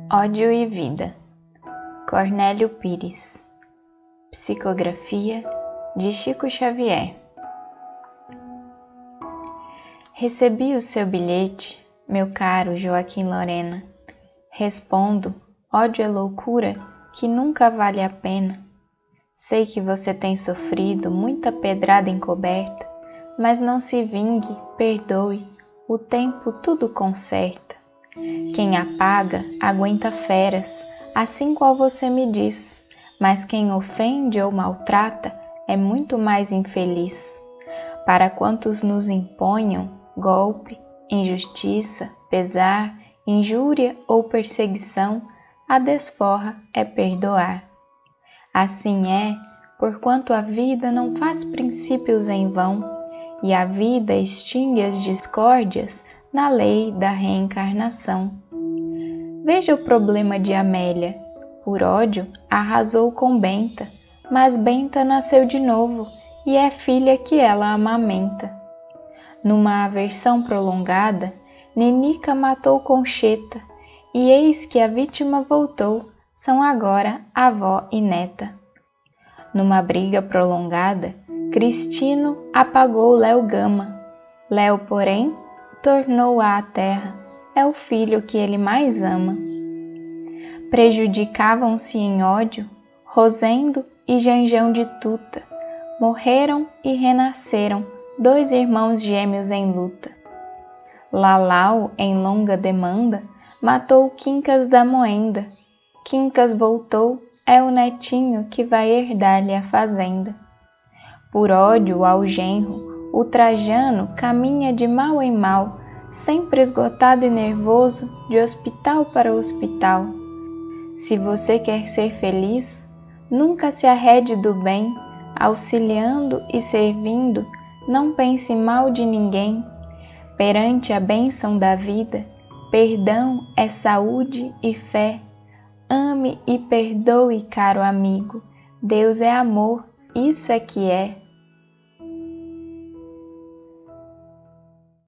Ódio e Vida, Cornélio Pires. Psicografia de Chico Xavier. Recebi o seu bilhete, meu caro Joaquim Lorena. Respondo, ódio é loucura que nunca vale a pena. Sei que você tem sofrido muita pedrada encoberta, mas não se vingue, perdoe, o tempo tudo conserta. Quem apaga, aguenta feras, assim qual você me diz, mas quem ofende ou maltrata é muito mais infeliz. Para quantos nos imponham golpe, injustiça, pesar, injúria ou perseguição, a desforra é perdoar. Assim é, porquanto a vida não faz princípios em vão, e a vida extingue as discórdias na lei da reencarnação. Veja o problema de Amélia. Por ódio, arrasou com Benta, mas Benta nasceu de novo e é filha que ela amamenta. Numa aversão prolongada, Nenica matou Concheta, e eis que a vítima voltou, são agora avó e neta. Numa briga prolongada, Cristino apagou Léo Gama. Léo, porém, tornou-a à terra, é o filho que ele mais ama. Prejudicavam-se em ódio Rosendo e Janjão de Tuta. Morreram e renasceram dois irmãos gêmeos em luta. Lalau, em longa demanda, matou Quincas da Moenda. Quincas voltou, é o netinho que vai herdar-lhe a fazenda. Por ódio ao genro, o Trajano caminha de mal em mal, sempre esgotado e nervoso, de hospital para hospital. Se você quer ser feliz, nunca se arrede do bem, auxiliando e servindo, não pense mal de ninguém. Perante a bênção da vida, perdão é saúde e fé. Ame e perdoe, caro amigo, Deus é amor, isso é que é.